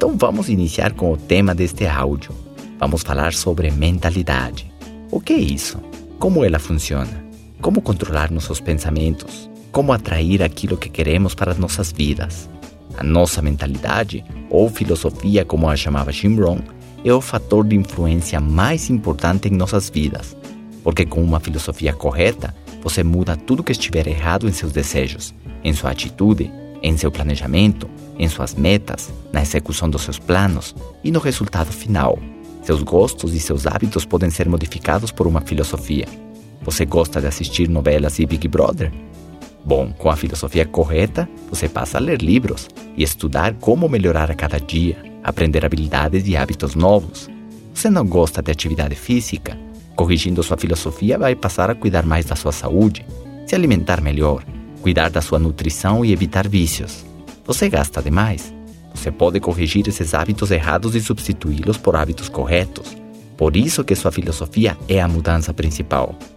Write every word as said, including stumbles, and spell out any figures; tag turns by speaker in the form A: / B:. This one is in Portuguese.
A: Então vamos iniciar com o tema deste áudio. Vamos falar sobre mentalidade. O que é isso? Como ela funciona? Como controlar nossos pensamentos? Como atrair aquilo que queremos para nossas vidas? A nossa mentalidade, ou filosofia como a chamava Jim Rohn, é o fator de influência mais importante em nossas vidas. Porque com uma filosofia correta, você muda tudo que estiver errado em seus desejos, em sua atitude, em seu planejamento, em suas metas, na execução dos seus planos e no resultado final. Seus gostos e seus hábitos podem ser modificados por uma filosofia. Você gosta de assistir novelas e Big Brother? Bom, com a filosofia correta, você passa a ler livros e estudar como melhorar a cada dia, aprender habilidades e hábitos novos. Você não gosta de atividade física? Corrigindo sua filosofia, vai passar a cuidar mais da sua saúde, se alimentar melhor, cuidar da sua nutrição e evitar vícios. Você gasta demais? Você pode corrigir esses hábitos errados e substituí-los por hábitos corretos. Por isso que sua filosofia é a mudança principal.